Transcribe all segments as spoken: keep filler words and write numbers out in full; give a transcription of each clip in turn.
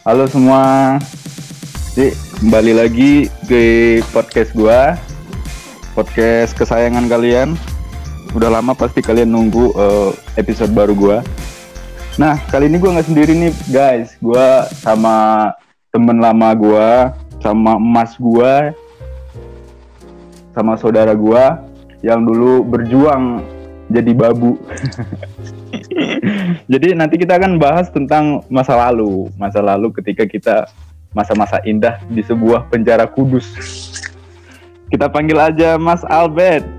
Halo semua, jadi kembali lagi di podcast gua, podcast kesayangan kalian. Udah lama pasti kalian nunggu uh, episode baru gua. Nah kali ini gua nggak sendiri nih guys, gua sama temen lama gua, sama emas gua, sama saudara gua yang dulu berjuang jadi babu. Jadi nanti kita akan bahas tentang masa lalu, masa lalu ketika kita masa-masa indah di sebuah penjara kudus. Kita panggil aja Mas Albert.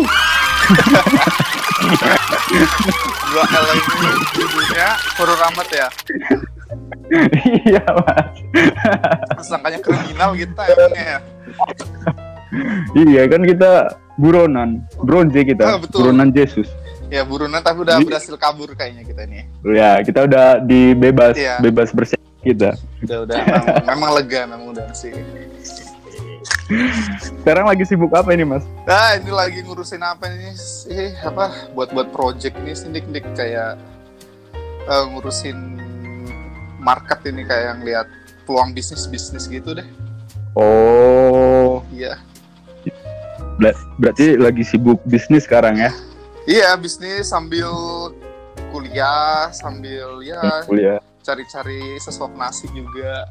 Dua L ini judulnya horor amat ya. Iya mas. Sangkanya kriminal kita emangnya ya. Iya kan kita buronan, bronze kita, ah, buronan Yesus. Ya buronan tapi udah berhasil kabur kayaknya kita ini. Ya kita udah dibebas, ya. bebas bersih kita. Udah udah memang, memang lega memang udah sih. Sekarang lagi sibuk apa ini mas? Nah ini lagi ngurusin apa ini sih? Apa buat-buat project ini sindik-sindik kayak uh, ngurusin market ini kayak yang lihat peluang bisnis-bisnis gitu deh. Oh. Iya. Ber- berarti lagi sibuk bisnis sekarang ya? Iya, bisnis sambil kuliah, sambil ya kuliah. Cari-cari sesuap nasi juga.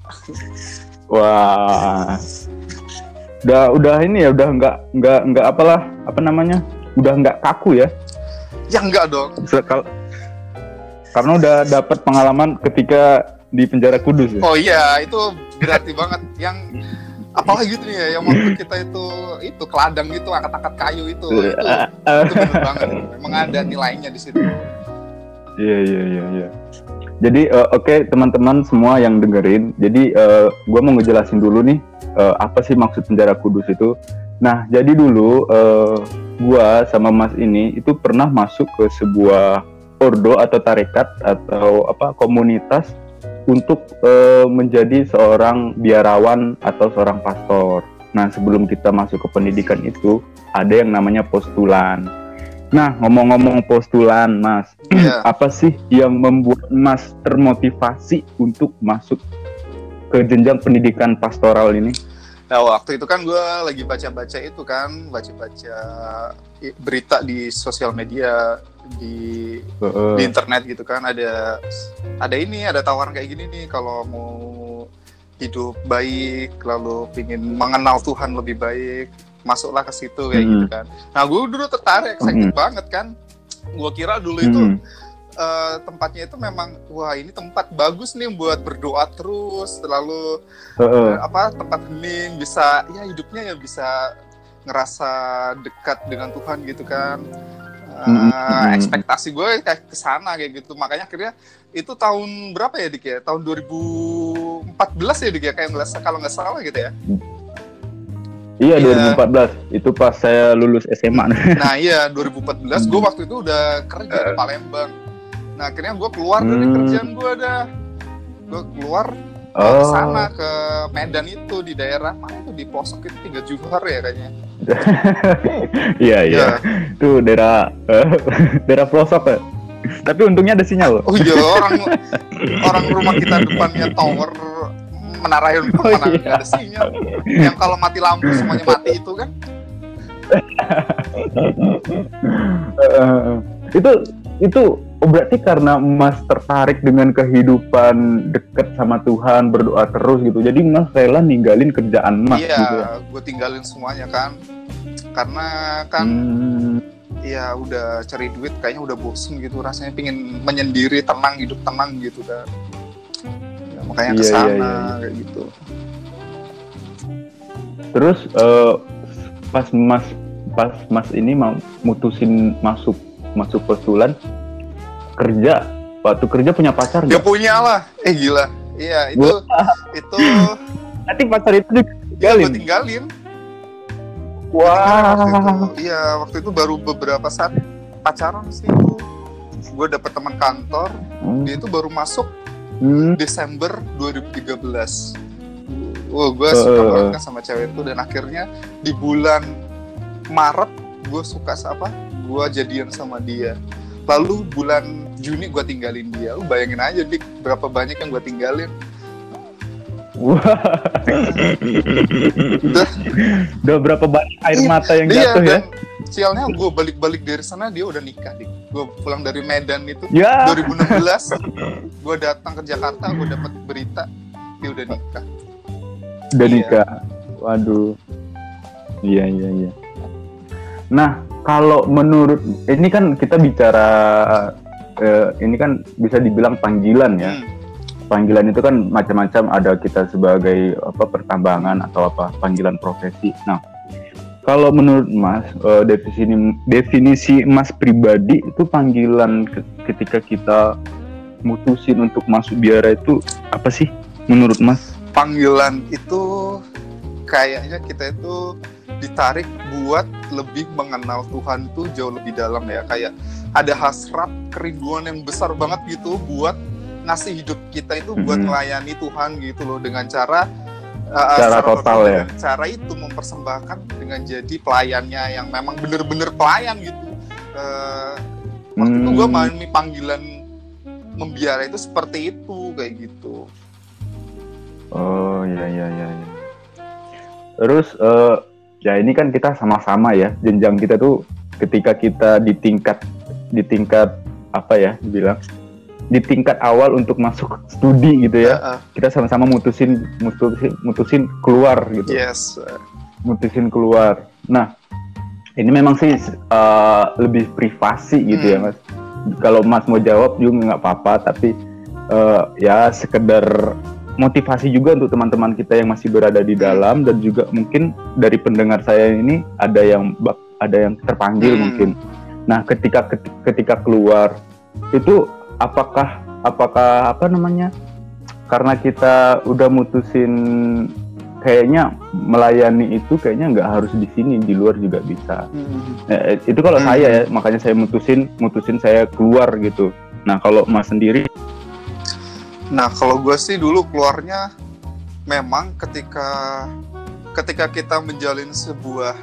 Wah. Udah udah ini ya, udah enggak enggak enggak apalah, apa namanya? Udah enggak kaku ya? Ya enggak dong. Sekal- karena udah dapat pengalaman ketika di penjara Kudus ya. Oh iya, itu berarti banget yang apalagi gitu ya, yang waktu kita itu itu keladang gitu, angkat-angkat kayu itu, itu, itu bener banget. Memang ada nilainya di situ. Iya iya iya. iya. Jadi uh, oke okay, teman-teman semua yang dengerin, jadi uh, gue mau ngejelasin dulu nih uh, apa sih maksud penjara Kudus itu. Nah jadi dulu uh, gue sama Mas ini itu pernah masuk ke sebuah ordo atau tarekat atau apa komunitas untuk uh, menjadi seorang biarawan atau seorang pastor. Nah, sebelum kita masuk ke pendidikan itu, ada yang namanya postulan. Nah, ngomong-ngomong postulan, Mas, yeah. Apa sih yang membuat Mas termotivasi untuk masuk ke jenjang pendidikan pastoral ini? Nah, waktu itu kan gue lagi baca-baca itu kan, baca-baca berita di sosial media, di uh. di internet gitu kan, ada ada ini ada tawaran kayak gini nih, kalau mau hidup baik lalu pingin mengenal Tuhan lebih baik, masuklah ke situ kayak mm. gitu kan. Nah gue dulu tertarik, excited mm. banget kan. Gue kira dulu itu mm. uh, tempatnya itu memang wah ini tempat bagus nih buat berdoa terus, lalu uh. uh, apa tempat hening, bisa ya hidupnya ya bisa ngerasa dekat dengan Tuhan gitu kan. Uh, mm-hmm. Ekspektasi gue kayak kesana kayak gitu, makanya akhirnya itu tahun berapa ya Dik ya, tahun dua ribu empat belas ya Dik ya, kayak nggak kalau nggak salah gitu ya. Iya, dua ribu empat belas itu pas saya lulus S M A. Nah iya dua ribu empat belas gue waktu itu udah kerja di Palembang. Nah akhirnya gue keluar dari hmm. kerjaan gue dah, gue keluar oh. ke sana ke Medan itu, di daerah mana itu, di pelosok itu Tiga Juhar ya kayaknya. Iya iya, itu daerah uh, daerah pelosok ya. Tapi untungnya ada sinyal. Oh iya, orang orang rumah kita depannya tower menara yang oh, mana iya. ada sinyal. Yang kalau mati lampu semuanya mati itu kan. uh, itu itu oh, berarti karena Mas tertarik dengan kehidupan dekat sama Tuhan, berdoa terus gitu. Jadi Mas rela ninggalin kerjaan Mas iya, gitu ya. Iya, gue tinggalin semuanya kan. Karena kan hmm. ya udah cari duit kayaknya udah bosen gitu, rasanya pingin menyendiri, tenang, hidup tenang gitu kan. Ya, makanya kesana iya, iya, iya. kayak gitu. Terus uh, pas Mas pas Mas ini mau mutusin masuk masuk postulan, kerja, waktu kerja punya pacar nggak? Ya punya lah, eh gila, iya itu Wah. itu. Nanti pacar itu ditinggalin. Ya, tinggalin. Wah. Wow. Iya waktu, waktu itu baru beberapa saat pacaran sih itu. Gue dapet teman kantor, hmm. dia itu baru masuk hmm. Desember dua ribu tiga belas. Wah gue uh. suka banget kan sama cewek itu, dan akhirnya di bulan Maret gue suka apa? Gue jadian sama dia. Lalu bulan Juni gue tinggalin dia. Lu bayangin aja Dik, berapa banyak yang gue tinggalin. udah, udah berapa banyak air mata yang iya, jatuh ya? Sialnya gue balik-balik dari sana dia udah nikah nih. Gue pulang dari Medan itu ya. dua ribu enam belas, gue datang ke Jakarta, gue dapat berita dia udah nikah. Udah iya. nikah, waduh. Iya iya iya. Nah kalau menurut ini kan kita bicara eh, ini kan bisa dibilang panggilan ya. Hmm. Panggilan itu kan macam-macam, ada kita sebagai apa pertambangan atau apa panggilan profesi. Nah, kalau menurut Mas uh, definisi definisi Mas pribadi itu panggilan ke, ketika kita mutusin untuk masuk biara itu apa sih menurut Mas? Panggilan itu kayaknya kita itu ditarik buat lebih mengenal Tuhan tuh jauh lebih dalam ya, kayak ada hasrat kerinduan yang besar banget gitu buat ngasih hidup kita itu buat mm-hmm. melayani Tuhan gitu loh, dengan cara uh, cara total ya, cara itu mempersembahkan dengan jadi pelayannya yang memang bener-bener pelayan gitu. Uh, waktu mm. itu gue mengalami panggilan membiara itu seperti itu kayak gitu. Oh iya iya iya. Terus uh, ya ini kan kita sama-sama ya, jenjang kita tuh ketika kita di tingkat di tingkat apa ya dibilang di tingkat awal untuk masuk studi gitu ya, uh-uh. kita sama-sama mutusin mutusin mutusin keluar gitu. Yes. Mutusin keluar. Nah, ini memang sih uh, lebih privasi gitu hmm. ya Mas. Kalau Mas mau jawab juga nggak apa-apa, tapi uh, ya sekedar motivasi juga untuk teman-teman kita yang masih berada di dalam, dan juga mungkin dari pendengar saya ini ada yang ada yang terpanggil hmm. mungkin. Nah, ketika ketika keluar itu apakah apakah apa namanya, karena kita udah mutusin kayaknya melayani itu kayaknya nggak harus di sini, di luar juga bisa. Hmm. Nah, itu kalau hmm. saya ya, makanya saya mutusin mutusin saya keluar gitu. Nah kalau Mas sendiri? Nah kalau gue sih dulu keluarnya memang ketika ketika kita menjalin sebuah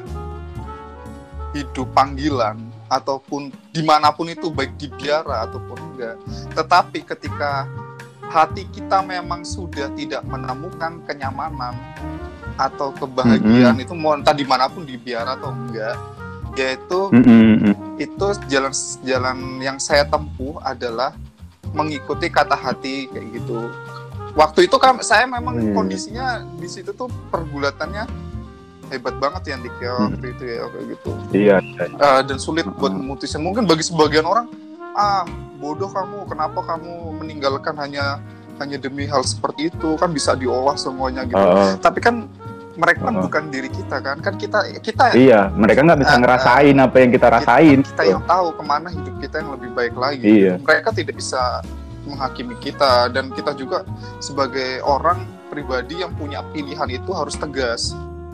hidup panggilan ataupun dimanapun itu, baik di biara ataupun enggak, tetapi ketika hati kita memang sudah tidak menemukan kenyamanan atau kebahagiaan mm-hmm. itu mau entah dimanapun, di biara atau enggak, yaitu mm-hmm. itu jalan jalan yang saya tempuh adalah mengikuti kata hati kayak gitu. Waktu itu kan saya memang mm-hmm. kondisinya di situ tuh pergulatannya hebat banget ya Dik ya waktu hmm. itu ya kayak gitu. Iya. iya. Uh, dan sulit uh-huh. buat memutuskan. Mungkin bagi sebagian orang, ah bodoh kamu, kenapa kamu meninggalkan hanya hanya demi hal seperti itu, kan bisa diolah semuanya gitu. Uh-huh. Tapi kan mereka kan uh-huh. bukan diri kita kan, kan kita kita. Iya, mereka nggak bisa uh, ngerasain uh, apa yang kita rasain. Kita, kita yang tahu kemana hidup kita yang lebih baik lagi. Iya. Mereka tidak bisa menghakimi kita, dan kita juga sebagai orang pribadi yang punya pilihan itu harus tegas.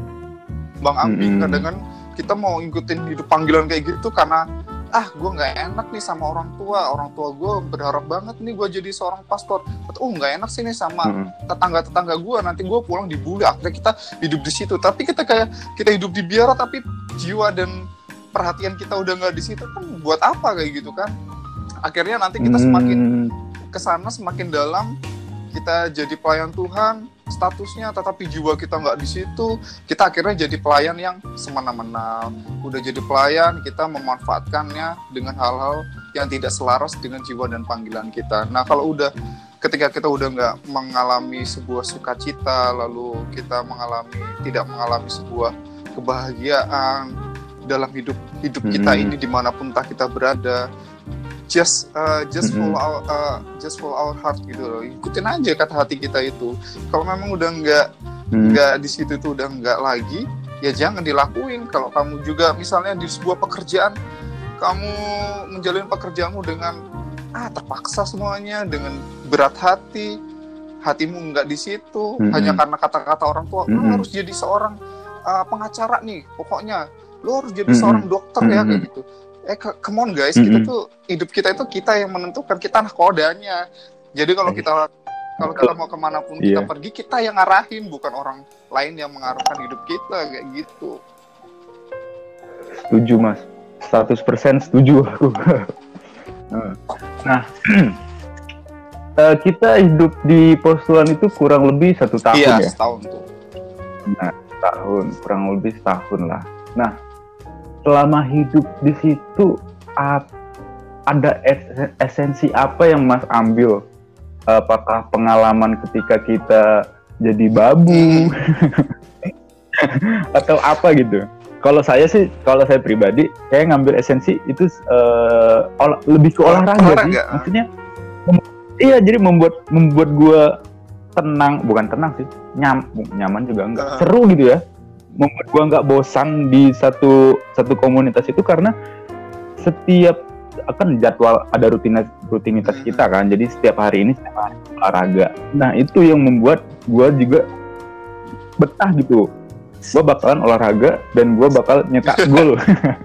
Bang Ambi, mm-hmm. kadang-kadang kita mau ngikutin hidup panggilan kayak gitu karena ah gue nggak enak nih sama orang tua, orang tua gue berharap banget nih gue jadi seorang pastor. Oh nggak enak sih nih sama mm-hmm. tetangga-tetangga gue, nanti gue pulang dibully. Akhirnya kita hidup di situ. Tapi kita kayak kita hidup di biara tapi jiwa dan perhatian kita udah nggak di situ, kan buat apa kayak gitu kan? Akhirnya nanti kita semakin kesana semakin dalam, kita jadi pelayan Tuhan statusnya, tetapi jiwa kita nggak di situ, kita akhirnya jadi pelayan yang semena-mena. Udah jadi pelayan, kita memanfaatkannya dengan hal-hal yang tidak selaras dengan jiwa dan panggilan kita. Nah kalau udah ketika kita udah nggak mengalami sebuah sukacita, lalu kita mengalami tidak mengalami sebuah kebahagiaan dalam hidup hidup kita hmm. ini dimanapun entah kita berada, just uh, just mm-hmm. follow our uh, just follow our heart gitu loh, ikutin aja kata hati kita itu. Kalau memang udah nggak nggak mm. di situ tuh udah nggak lagi, ya jangan dilakuin. Kalau kamu juga misalnya di sebuah pekerjaan, kamu menjalin pekerjaanmu dengan ah terpaksa semuanya, dengan berat hati, hatimu nggak di situ, mm-hmm. hanya karena kata-kata orang tua, mm-hmm. lo harus jadi seorang uh, pengacara nih, pokoknya lo harus jadi mm-hmm. seorang dokter mm-hmm. ya kayak gitu. Eh, come on guys, mm-hmm. kita tuh hidup kita itu kita yang menentukan, kita nahkodanya. Jadi kalau kita kalau kita mau kemanapun yeah. kita pergi, kita yang ngarahin, bukan orang lain yang mengarahkan hidup kita kayak gitu. Setuju Mas, seratus persen setuju aku. Nah, uh, kita hidup di Postulan itu kurang lebih satu tahun iya, ya. Iya, setahun tuh. Nah, setahun, kurang lebih setahun lah. Nah, selama hidup di situ ap, ada es, esensi apa yang Mas ambil? Apakah pengalaman ketika kita jadi babu atau apa gitu? Kalau saya sih, kalau saya pribadi, saya ngambil esensi itu uh, olah, lebih ke olahraga, olahraga sih. Maksudnya, mem- iya jadi membuat membuat gue tenang, bukan tenang sih, nyam, nyaman juga enggak, uh. seru gitu ya. Membuat gue nggak bosan di satu satu komunitas itu karena setiap akan jadwal ada rutinitas rutinitas hmm. kita kan, jadi setiap hari ini setiap hari olahraga. Nah itu yang membuat gue juga betah gitu. Gue bakalan olahraga dan gue bakal nyetak gol.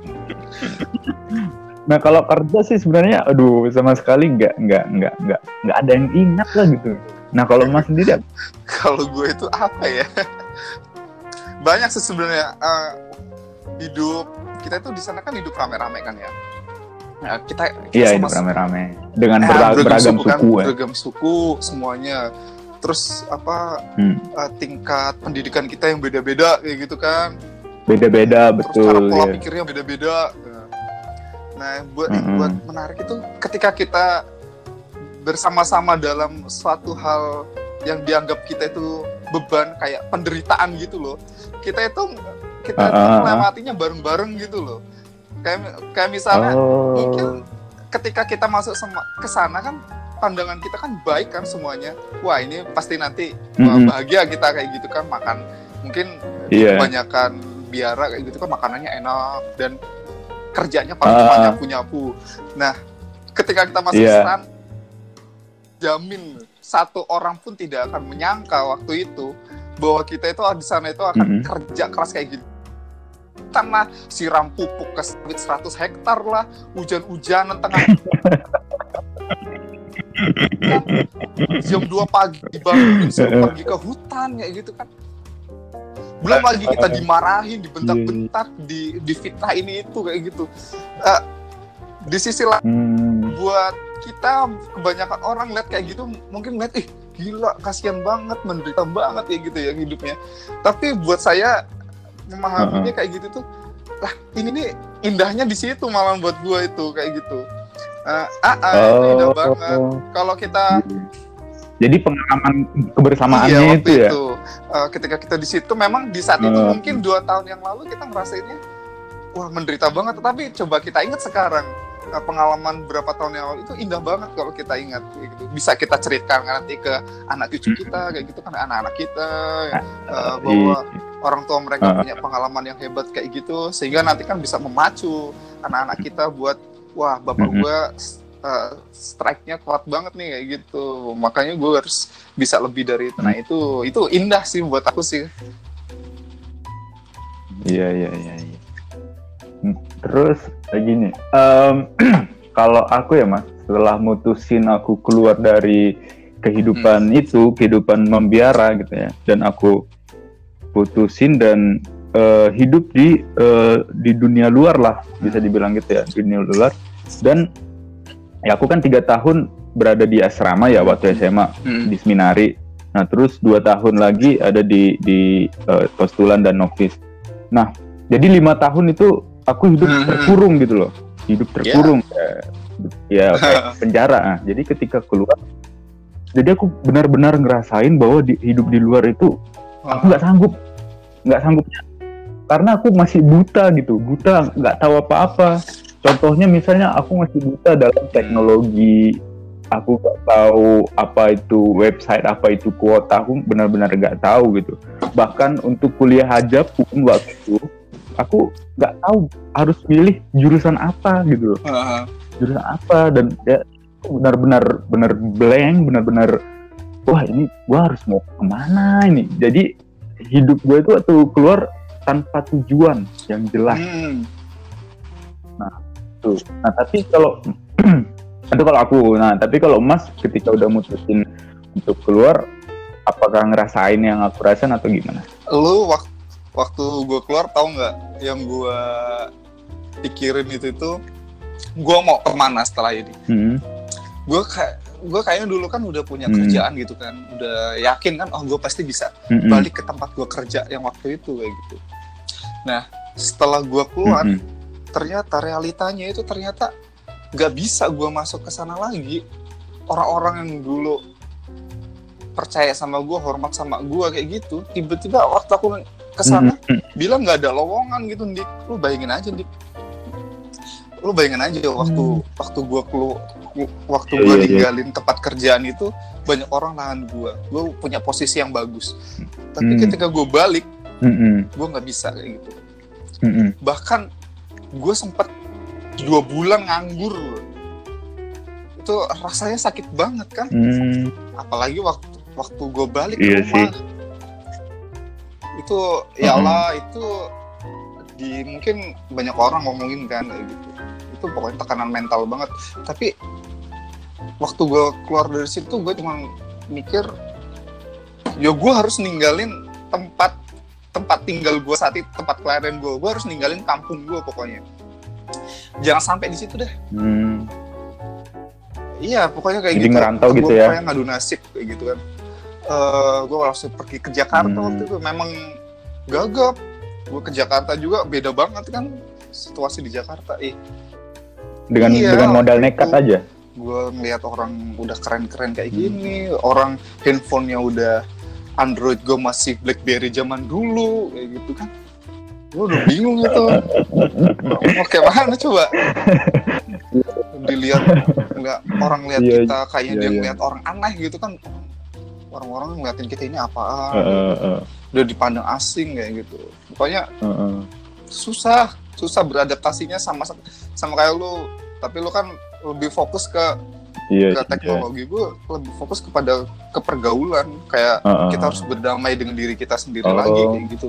Nah kalau kerja sih sebenarnya, aduh sama sekali nggak nggak nggak nggak nggak ada yang ingat lah gitu. Nah kalau Mas sendiri? Kalau gue itu apa ya? Banyak sih sebenarnya. Uh, hidup kita itu di sana kan hidup rame-rame kan ya. Nah, kita, kita iya hidup rame-rame dengan eh, beragam, beragam suku, kan, suku ya. Beragam suku semuanya. Terus apa hmm. uh, tingkat pendidikan kita yang beda-beda kayak gitu kan. Beda-beda betul. Terus cara pola ya. pikirnya beda-beda. Nah, buat mm-hmm. buat menarik itu ketika kita bersama-sama dalam suatu hal yang dianggap kita itu beban kayak penderitaan gitu loh. Kita itu kita uh-uh. itu melewatinya bareng-bareng gitu loh. Kayak kayak misalnya oh. mungkin ketika kita masuk ke sana kan pandangan kita kan baik kan semuanya. Wah, ini pasti nanti mm-hmm. bahagia kita kayak gitu kan, makan mungkin yeah. kebanyakan biara kayak gitu kan makanannya enak dan kerjanya paling uh. nyapu-nyapu. Nah, ketika kita masuk yeah. sana jamin satu orang pun tidak akan menyangka waktu itu bahwa kita itu di sana itu akan mm-hmm. kerja keras kayak gitu. Tanah siram pupuk ke sawit seratus hektar lah, hujan-hujanan tengah jam dua pagi bangun suruh pergi ke hutan kayak gitu kan. Belum lagi kita dimarahin, dibentak-bentak, di difitnah ini itu kayak gitu. Uh, di sisi lain hmm. buat kita kebanyakan orang lihat kayak gitu mungkin lihat ih gila kasihan banget, menderita banget ya gitu ya hidupnya. Tapi buat saya memahaminya uh-huh. kayak gitu tuh, lah ini nih indahnya di situ malah buat gua itu kayak gitu. Uh, ah, ah oh, indah banget. Oh. Kalau kita jadi pengalaman kebersamaannya iya, itu ya. Itu. Uh, ketika kita di situ memang di saat itu uh. mungkin dua tahun yang lalu kita ngerasainnya wah menderita banget, tetapi coba kita ingat sekarang uh, pengalaman berapa tahun yang lalu itu indah banget kalau kita ingat gitu. Bisa kita ceritakan nanti ke anak cucu kita kayak gitu kan, anak-anak kita uh, bahwa orang tua mereka uh. punya pengalaman yang hebat kayak gitu, sehingga nanti kan bisa memacu anak-anak kita buat wah bapak mm-hmm. gue uh, strike-nya kuat banget nih kayak gitu, makanya gue harus bisa lebih dari itu. Nah itu itu indah sih buat aku sih. Iya iya iya. iya. Terus gini, um, kalau aku ya Mas, setelah mutusin aku keluar dari kehidupan hmm. itu, kehidupan membiara gitu ya, dan aku putusin dan uh, hidup di uh, di dunia luar lah, bisa dibilang gitu ya, dunia luar. Dan ya aku kan tiga tahun berada di asrama ya waktu S M A hmm. di seminari. Nah terus dua tahun lagi ada di di uh, postulan dan novis. Nah jadi lima tahun itu aku hidup hmm. terkurung gitu loh, hidup terkurung yeah. ya, ya kayak penjara. Nah, jadi ketika keluar, jadi aku benar-benar ngerasain bahwa di, hidup di luar itu aku nggak sanggup, nggak sanggupnya, karena aku masih buta gitu, buta, nggak tahu apa-apa. Contohnya misalnya aku masih buta dalam teknologi, aku nggak tahu apa itu website, apa itu kuota, aku benar-benar nggak tahu gitu. Bahkan untuk kuliah aja pun waktu itu aku nggak tahu harus milih jurusan apa gitu loh, uh-huh. jurusan apa, dan ya benar-benar benar blank, benar-benar wah ini gua harus mau kemana ini. Jadi hidup gue itu waktu keluar tanpa tujuan yang jelas. Hmm. Nah, tuh. Nah, tapi kalau itu kalau aku, nah tapi kalau Mas ketika udah mutusin untuk keluar, apakah ngerasain yang aku rasain atau gimana? Lu waktu waktu gue keluar tahu nggak yang gue pikirin itu itu gue mau kemana setelah ini? Hmm. Gue kayak gue kayaknya dulu kan udah punya Hmm. kerjaan gitu kan, udah yakin kan, oh gue pasti bisa Mm-mm. balik ke tempat gue kerja yang waktu itu kayak gitu. Nah setelah gue keluar, Mm-mm. ternyata realitanya itu ternyata nggak bisa gue masuk ke sana lagi. Orang-orang yang dulu percaya sama gue, hormat sama gue kayak gitu, tiba-tiba waktu aku ke sana Mm-mm. bilang nggak ada lowongan gitu, Dik. Lu bayangin aja, Dik. Lu bayangin aja waktu Hmm. waktu gue keluar, waktu Iya, gue iya, iya. ninggalin tempat kerjaan itu, banyak orang nahan gue. Gue punya posisi yang bagus, tapi Hmm. ketika gue balik, Mm-mm. gue nggak bisa kayak gitu. Mm-mm. Bahkan gue sempet dua bulan nganggur. Itu rasanya sakit banget kan, Mm. apalagi waktu waktu gue balik Iya ke rumah. sih. Itu ya Allah, itu di mungkin banyak orang ngomongin kan kayak gitu. Itu pokoknya tekanan mental banget. Tapi waktu gue keluar dari situ, gue cuma mikir, ya gue harus ninggalin tempat tempat tinggal gue saat itu, tempat kelahiran gue. Gue harus ninggalin kampung gue pokoknya. Jangan sampai di situ deh. Hmm. Iya, pokoknya kayak Jadi gitu. ngerantau Gua gitu ya? Pokoknya ngadu nasib kayak gitu kan. Eh, gue langsung pergi ke Jakarta Hmm. waktu itu. Memang gagap. Gue ke Jakarta juga beda banget kan situasi di Jakarta. Eh, Dengan Iya, dengan modal nekat itu. aja. gue ngeliat orang udah keren-keren kayak gini. Orang handphonenya udah Android, gue masih BlackBerry zaman dulu kayak gitu kan. Gue udah bingung gitu. Mau kayak mana coba? Dilihat nggak orang lihat Iya, kita kayak iya, dia iya. ngeliat orang aneh gitu kan. Orang-orang ngeliatin kita ini apaan? Heeh, heeh, Udah dipandang asing kayak gitu. Pokoknya heeh. susah, susah beradaptasinya sama sama kayak lu. Tapi lu kan lebih fokus ke Iya. ke iya. teknologi. Gue lebih fokus kepada kepergaulan. Kayak Heeh. kita harus berdamai dengan diri kita sendiri Oh. lagi kayak gitu.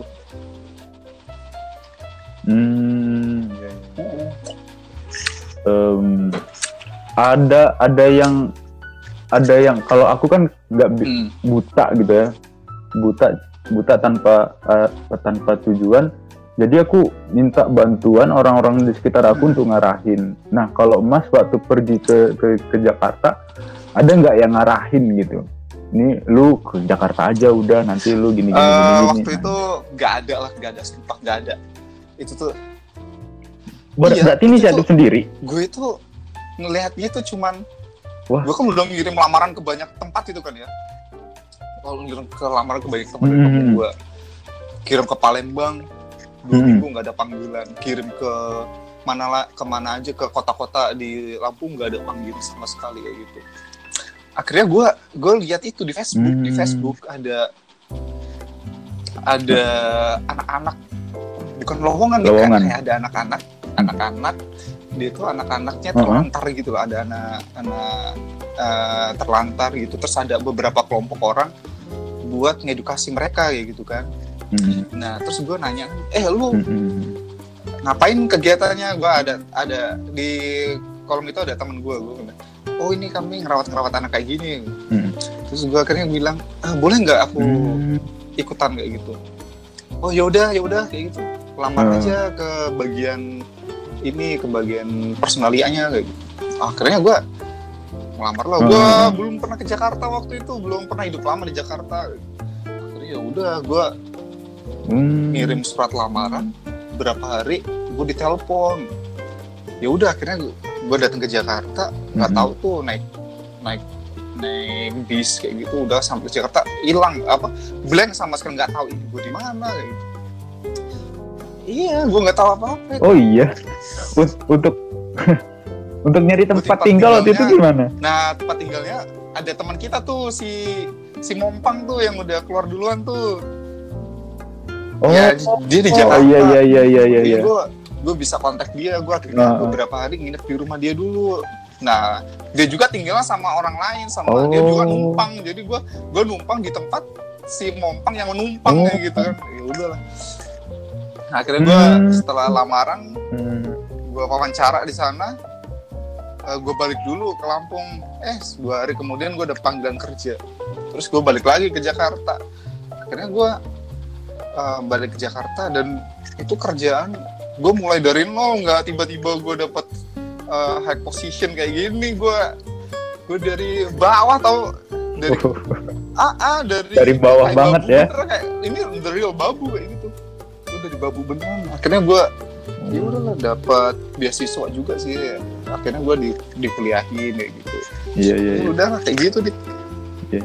Hmm. iya, iya. Em, ada ada yang ada yang kalau aku kan nggak bi- Hmm. buta gitu ya, buta buta tanpa eh, tanpa tujuan. Jadi aku minta bantuan orang-orang di sekitar aku Hmm. untuk ngarahin. Nah kalau Mas waktu pergi ke ke, ke Jakarta, ada nggak yang ngarahin gitu? Ini lu ke Jakarta aja udah, nanti lu gini gini Eh, gini, gini. waktu itu gak ada lah, gak ada, sumpah gak ada. Itu tuh Ber- iya, berarti itu inisiatif tuh- sendiri. gue itu ngelihatnya itu cuman, Wah. gue kan udah ngirim lamaran ke banyak tempat itu kan ya. Kalau ngirim ke lamaran ke banyak tempat, Hmm. hmm. gue kirim ke Palembang, dua Hmm. minggu nggak ada panggilan. Kirim ke mana lah, kemana aja, ke kota-kota di Lampung nggak ada panggilan sama sekali kayak gitu. Akhirnya gue gue lihat itu di Facebook, di Hmm. Facebook ada ada anak-anak, bukan lowongan nih, Lowongan. kayak ada anak-anak, anak-anak dia tuh anak-anaknya Uh-huh. terlantar gitu loh, ada anak-anak eh, terlantar gitu, terus ada beberapa kelompok orang buat ngedukasi mereka kayak gitu kan. Hmm. Nah terus gue nanya, eh lu Hmm. ngapain kegiatannya? Gue ada ada di kolom itu ada temen gue, gue bilang, oh ini kami ngerawat-ngerawat anak kayak gini. Hmm. Terus gue akhirnya bilang, ah, boleh nggak aku Hmm. ikutan kayak gitu? Oh yaudah yaudah kayak gitu, lamar Hmm. aja ke bagian ini, ke bagian personalianya kayak gitu. Akhirnya gue ngelamar lah. Gue Hmm. belum pernah ke Jakarta waktu itu, belum pernah hidup lama di Jakarta. Akhirnya ya udah, gue Hmm. ngirim surat lamaran, berapa hari gue ditelepon. Ya udah akhirnya gue datang ke Jakarta, nggak Mhm. tahu tuh naik naik naik bis kayak gitu, udah sampai Jakarta hilang apa blank sama sekali, nggak tahu gue di mana kayak gitu. Iya, gue nggak tahu apa-apa. Oh iya. Un- Untuk untuk nyari tempat tempat tinggal waktu itu tinggalnya. gimana? Nah tempat tinggalnya ada teman kita tuh, si si Mompang tuh yang udah keluar duluan tuh. Oh, Ya dia di oh Jakarta. iya iya iya iya iya. iya. Gue gue bisa kontak dia, gue akhirnya Nah. beberapa hari nginep di rumah dia dulu. Nah dia juga tinggalnya sama orang lain, sama Oh. dia juga numpang. Jadi gue gue numpang di tempat si Mompang yang menumpang Oh. kayak gitu kan. Ya udahlah. Nah, akhirnya gue Hmm. setelah lamaran, Hmm. gue wawancara di sana. Uh, gue balik dulu ke Lampung. Eh dua hari kemudian gue ada panggilan kerja. Terus gue balik lagi ke Jakarta. Akhirnya gue uh, balik ke Jakarta dan itu kerjaan gue mulai dari nol, nggak tiba-tiba gue dapat uh, high position kayak gini. Gue gue dari bawah tau, dari ah, ah dari dari bawah banget ya. Bener, kayak, ini the real babu kayak gitu. Gue dari babu beneran. Akhirnya gue ya udahlah dapat beasiswa juga sih. Ya. Akhirnya gue di dikuliahin kayak gitu. Iya iya. Ya, udah kayak gitu deh. Iya.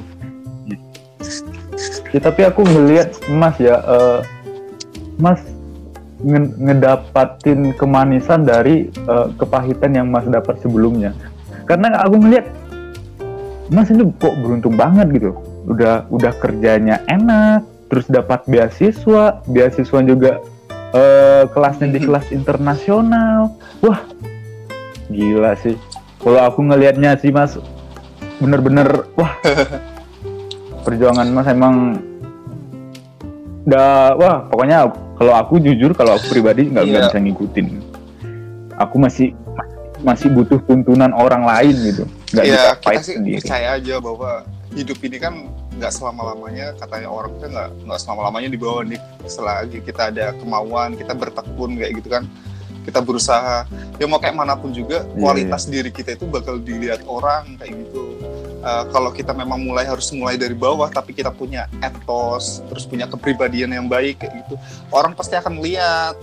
Ya, tapi aku ngelihat Mas ya, uh, Mas nge- ngedapatin kemanisan dari uh, kepahitan yang Mas dapat sebelumnya. Karena aku ngelihat Mas ini kok beruntung banget gitu. Udah udah kerjanya enak, terus dapat beasiswa, beasiswa juga uh, kelasnya di kelas internasional. Wah, gila sih. Kalau aku ngelihatnya sih Mas, bener-bener wah. Perjuangan Mas emang udah wah pokoknya kalau aku jujur kalau aku pribadi nggak yeah. bisa ngikutin. Aku masih masih butuh tuntunan orang lain gitu. Nggak yeah, bisa kita fight sih sendiri. Percaya aja bahwa hidup ini kan nggak selama lamanya, katanya orang kita nggak nggak selama lamanya di bawah nih. Selagi kita ada kemauan, kita bertekun kayak gitu kan. Kita berusaha, ya mau kayak manapun juga kualitas yeah, yeah. diri kita itu bakal dilihat orang kayak gitu. Uh, kalau kita memang mulai harus mulai dari bawah, tapi kita punya etos, terus punya kepribadian yang baik kayak gitu, orang pasti akan lihat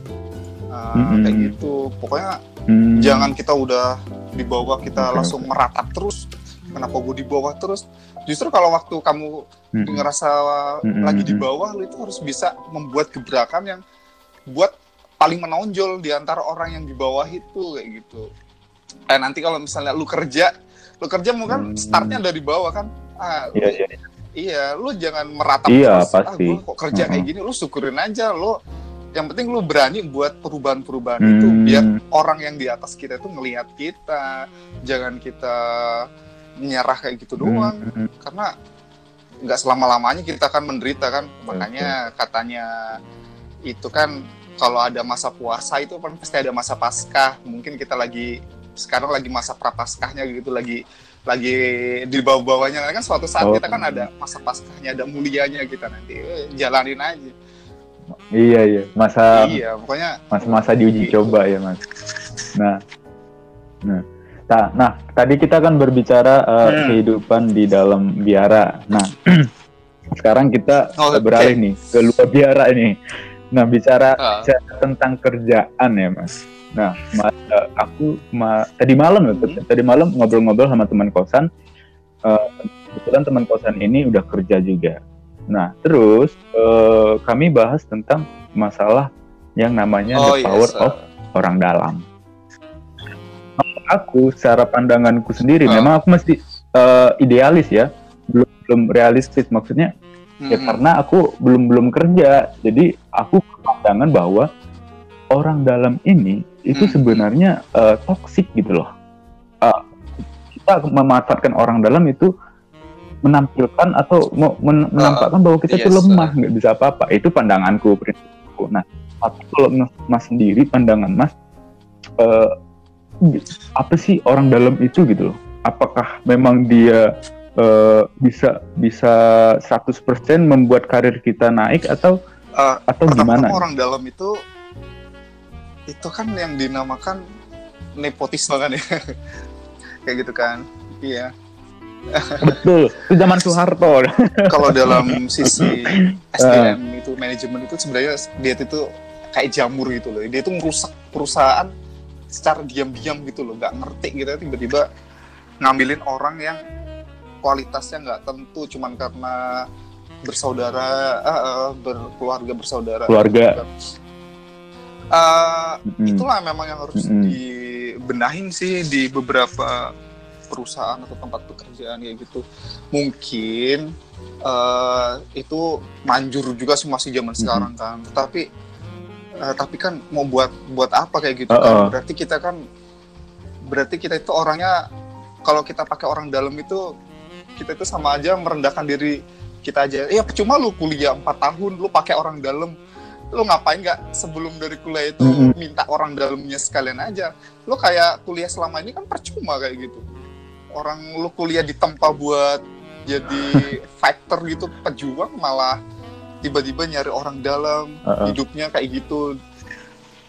uh, mm-hmm. kayak gitu. Pokoknya mm. jangan kita udah di bawah kita okay, langsung okay. meratap terus. Kenapa gue di bawah terus? Justru kalau waktu kamu mm-hmm. ngerasa mm-hmm. lagi di bawah, lu itu harus bisa membuat gebrakan yang buat paling menonjol di antara orang yang di bawah itu kayak gitu. Eh nanti kalau misalnya lu kerja Lu kerja mau kan startnya dari bawah kan? Ah, iya, lu, iya, iya. iya, lu jangan meratap iya, terus. Pasti. Ah, gua kok kerja uh-huh. kayak gini, lu syukurin aja. Lu, yang penting lu berani buat perubahan-perubahan hmm. itu, biar orang yang di atas kita itu ngelihat kita. Jangan kita menyerah kayak gitu doang. Hmm. Karena nggak selama-lamanya kita akan menderita kan. Makanya katanya itu kan kalau ada masa puasa itu kan pasti ada masa Paskah. Mungkin kita lagi sekarang lagi masa prapaskahnya gitu, lagi lagi di bawah-bawahnya kan, suatu saat oh. kita kan ada masa paskahnya, ada mulianya kita nanti eh, jalanin aja. Iya iya masa iya pokoknya masa-masa diuji gitu. Coba ya Mas. Nah nah nah, nah tadi kita kan berbicara uh, hmm. kehidupan di dalam biara. Nah sekarang kita oh, beralih okay. nih ke luar biara ini. Nah bicara, uh. bicara tentang kerjaan ya Mas. Nah, ma- aku ma- tadi malam ya, hmm. tadi malam ngobrol-ngobrol sama teman kosan. Uh, kebetulan teman kosan ini udah kerja juga. Nah, terus uh, kami bahas tentang masalah yang namanya oh, the power yes, uh. of orang dalam. Aku, secara pandanganku sendiri, uh. memang aku masih uh, idealis ya, belum belum realistis maksudnya. Hmm. Ya karena aku belum belum kerja, jadi aku pandangan bahwa orang dalam ini itu hmm. sebenarnya uh, toksik gitu loh. Uh, kita memanfaatkan orang dalam itu menampilkan atau men- menampakkan uh, bahwa kita itu yes, lemah, nggak uh. bisa apa-apa. Itu pandanganku, prinsipku. Nah, tapi kalau Mas sendiri, pandangan Mas, uh, apa sih orang dalam itu gitu loh? Apakah memang dia uh, bisa bisa seratus persen membuat karir kita naik atau uh, atau gimana? Orang dalam itu itu kan yang dinamakan nepotisme kan ya. Kayak gitu kan. Iya. Betul. Itu zaman Soeharto. Kalau dalam sisi S D M uh. itu manajemen itu sebenarnya dia itu kayak jamur gitu loh. Dia itu merusak perusahaan secara diam-diam gitu loh, nggak ngerti gitu, tiba-tiba ngambilin orang yang kualitasnya nggak tentu cuman karena bersaudara, uh, uh, berkeluarga bersaudara. Keluarga. Uh, mm-hmm. Itulah memang yang harus mm-hmm. dibenahin sih di beberapa perusahaan atau tempat pekerjaan kayak gitu. Mungkin uh, itu manjur juga sih masih zaman mm-hmm. sekarang kan. Tapi uh, tapi kan mau buat buat apa kayak gitu uh-uh. kan? Berarti kita kan berarti kita itu orangnya, kalau kita pakai orang dalam itu kita itu sama aja merendahkan diri kita aja. Ya percuma lu kuliah empat tahun lu pakai orang dalam. Lu ngapain nggak sebelum dari kuliah itu mm-hmm. minta orang dalamnya sekalian aja? Lu kayak kuliah selama ini kan percuma kayak gitu. Orang lu kuliah ditempa buat jadi fighter gitu, pejuang, malah tiba-tiba nyari orang dalam, uh-uh. hidupnya kayak gitu.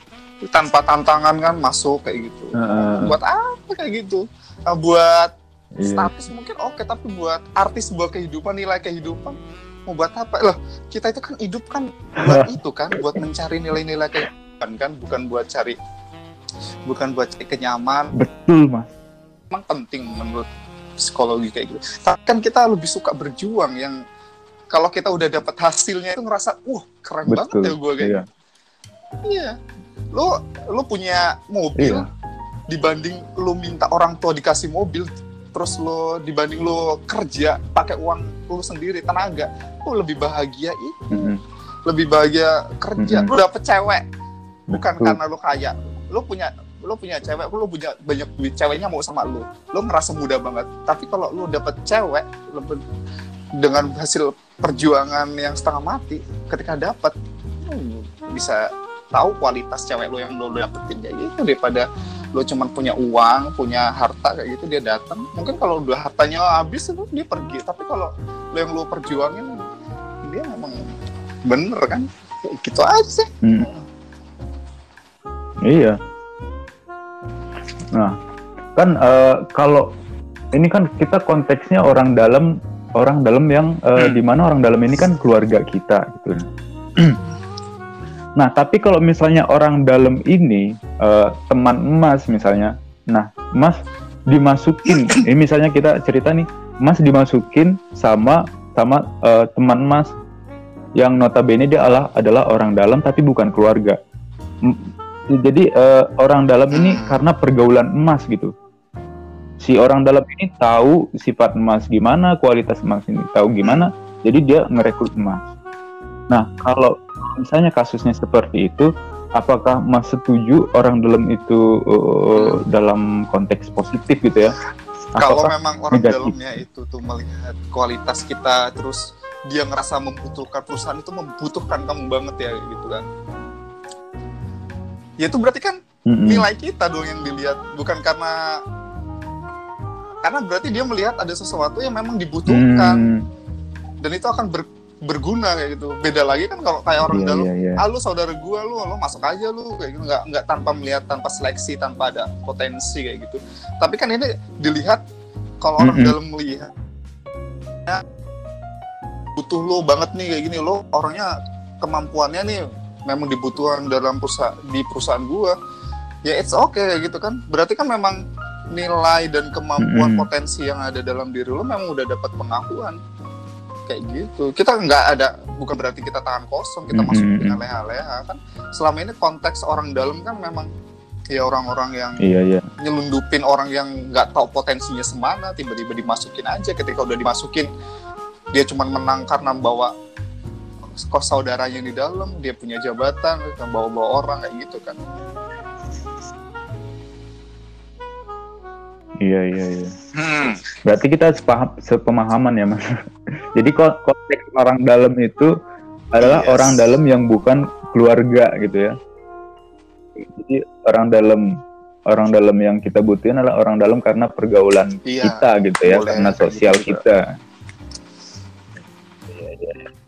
Tanpa tantangan kan masuk kayak gitu. Uh-uh. Buat apa kayak gitu? Nah, buat Iya. Status mungkin oke, tapi buat artis, buat kehidupan, nilai kehidupan, mau buat apa? Loh, kita itu kan hidup kan buat itu kan, buat mencari nilai-nilai kehidupan kan, bukan buat cari, bukan buat cari kenyamanan. Betul, Mas. Emang penting menurut psikologi kayak gitu. Tapi kan kita lebih suka berjuang yang kalau kita udah dapat hasilnya itu ngerasa, wah keren Betul. banget ya gue kayak Iya. gitu. Iya. Lo lo punya mobil Iya. dibanding lo minta orang tua dikasih mobil, terus lo dibanding lo kerja pakai uang lo sendiri, tenaga, lo lebih bahagia itu. Mm-hmm. Lebih bahagia kerja. Mm-hmm. Lo dapet cewek bukan Betul. karena lo kaya. Lo punya lo punya cewek, lo punya banyak duit, ceweknya mau sama lo, lo ngerasa mudah banget. Tapi kalau lo dapet cewek lebih, dengan hasil perjuangan yang setengah mati, ketika dapet hmm, bisa tahu kualitas cewek lo yang lo dapetin kayak gitu, daripada lo cuma punya uang, punya harta kayak gitu, dia datang. Mungkin kalau udah hartanya habis itu dia pergi, tapi kalau lo yang lo perjuangin, dia memang bener kan, kayak gitu aja sih. Hmm. Iya. Nah, kan uh, kalau ini kan kita konteksnya orang dalam, orang dalam yang uh, di mana orang dalam ini kan keluarga kita gitu. Nah, tapi kalau misalnya orang dalam ini uh, teman Mas misalnya, nah Mas dimasukin, ini misalnya kita cerita nih, Mas dimasukin sama sama uh, teman Mas yang notabene dia adalah adalah orang dalam tapi bukan keluarga. Jadi uh, orang dalam ini karena pergaulan Mas gitu. Si orang dalam ini tahu sifat Mas gimana, kualitas Mas ini tahu gimana, jadi dia ngerekrut Mas. Nah, kalau misalnya kasusnya seperti itu, apakah Mas setuju orang dalam itu uh, dalam konteks positif gitu ya? Kalau Apakah memang orang negatif? dalamnya itu tuh melihat kualitas kita, terus dia ngerasa membutuhkan, perusahaan itu membutuhkan kamu banget ya gitu kan. Ya itu berarti kan Mm-mm. nilai kita dong yang dilihat, bukan karena karena berarti dia melihat ada sesuatu yang memang dibutuhkan. Hmm. Dan itu akan ber, berguna kayak gitu. Beda lagi kan kalau kayak orang Iya, dalam, iya, iya. ah lu saudara gua, lu lo masuk aja lu kayak gitu, nggak nggak tanpa melihat, tanpa seleksi, tanpa ada potensi kayak gitu. Tapi kan ini dilihat kalau orang Mm-mm. dalam melihat ya, butuh lo banget nih kayak gini, lo orangnya kemampuannya nih memang dibutuhkan dalam perusahaan, di perusahaan gua, ya it's okay kayak gitu kan. Berarti kan memang nilai dan kemampuan, Mm-mm. potensi yang ada dalam diri lo memang udah dapat pengakuan kayak gitu. Kita nggak ada, bukan berarti kita tangan kosong, kita masuk Mm-mm. dengan leha-leha kan. Selama ini konteks orang dalam kan memang ya orang-orang yang Iya, iya. nyelundupin orang yang nggak tahu potensinya semana, tiba-tiba dimasukin aja. Ketika udah dimasukin, dia cuma menang karena bawa kos saudaranya di dalam, dia punya jabatan, bawa-bawa orang kayak gitu kan. Iya, iya, iya. Hmm. Berarti kita sepaham, sepemahaman ya, Mas. Jadi ko- konteks orang dalam itu adalah Yes. orang dalam yang bukan keluarga gitu ya. Jadi orang dalam orang dalam yang kita butuhin adalah orang dalam karena pergaulan Iya, kita gitu ya, boleh karena kayak sosial gitu juga. kita. Iya, iya.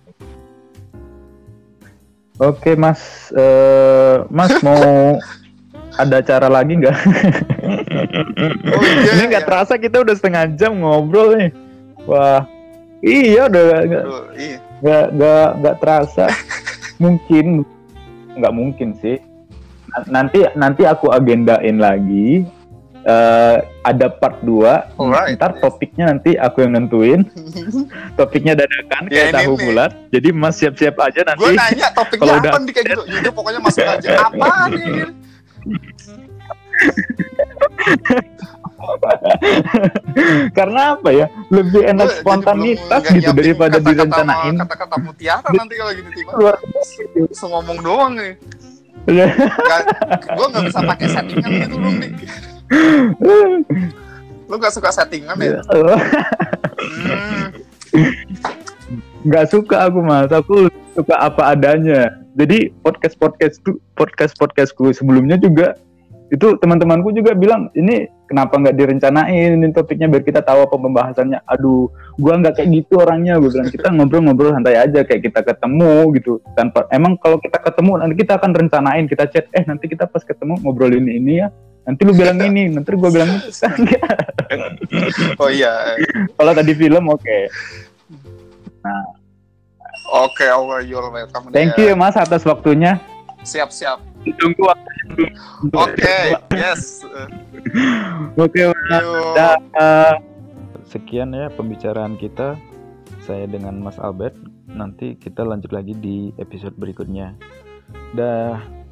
Oke, Mas. Eh, Mas mau ada cara lagi nggak? Oh, iya, Ini nggak iya. terasa kita udah setengah jam ngobrol nih. Wah, iya udah nggak Aduh, iya. nggak nggak nggak terasa. Mungkin nggak mungkin sih. N- Nanti nanti aku agendain lagi. Eh, ada part dua. Alright. Ntar topiknya nanti aku yang nentuin. Topiknya dadakan Ya, kayak ini tahu nih. bulat. Jadi Mas siap-siap aja nanti. Gue nanya topiknya Kalau apa udah- nih kayak gitu, yaudah pokoknya masuk aja. Apaan nih? Karena apa ya? Lebih enak Gua jadi spontanitas belum gitu nyiapin daripada kata-kata- direncanain. Kata-kata mutiara nanti kalau gini tiba. Luar biasa. Langsung ngomong doang nih. Gue nggak bisa pakai settingan gitu dong nih. Lu nggak suka settingan ya? Hmm. Nggak suka aku, Mas. Aku suka apa adanya. Jadi podcast podcast podcast podcastku sebelumnya juga itu teman-temanku juga bilang, ini kenapa nggak direncanain ini topiknya biar kita tahu apa pembahasannya. Aduh, gua nggak kayak gitu orangnya. Gue bilang kita ngobrol-ngobrol santai aja kayak kita ketemu gitu. Tanpa emang kalau kita ketemu nanti kita akan rencanain, kita chat, eh nanti kita pas ketemu ngobrolin ini ya. Nanti lu bilang ini, nanti gua bilang itu. Oh iya. Kalau tadi film oke. Okay. Nah, oke, okay, oh, you're welcome. Thank you ya Mas atas waktunya. Siap, siap. Tunggu waktunya. Oke, okay, yes. Oke, okay, sekian ya pembicaraan kita. Saya dengan Mas Albert. Nanti kita lanjut lagi di episode berikutnya. Dah.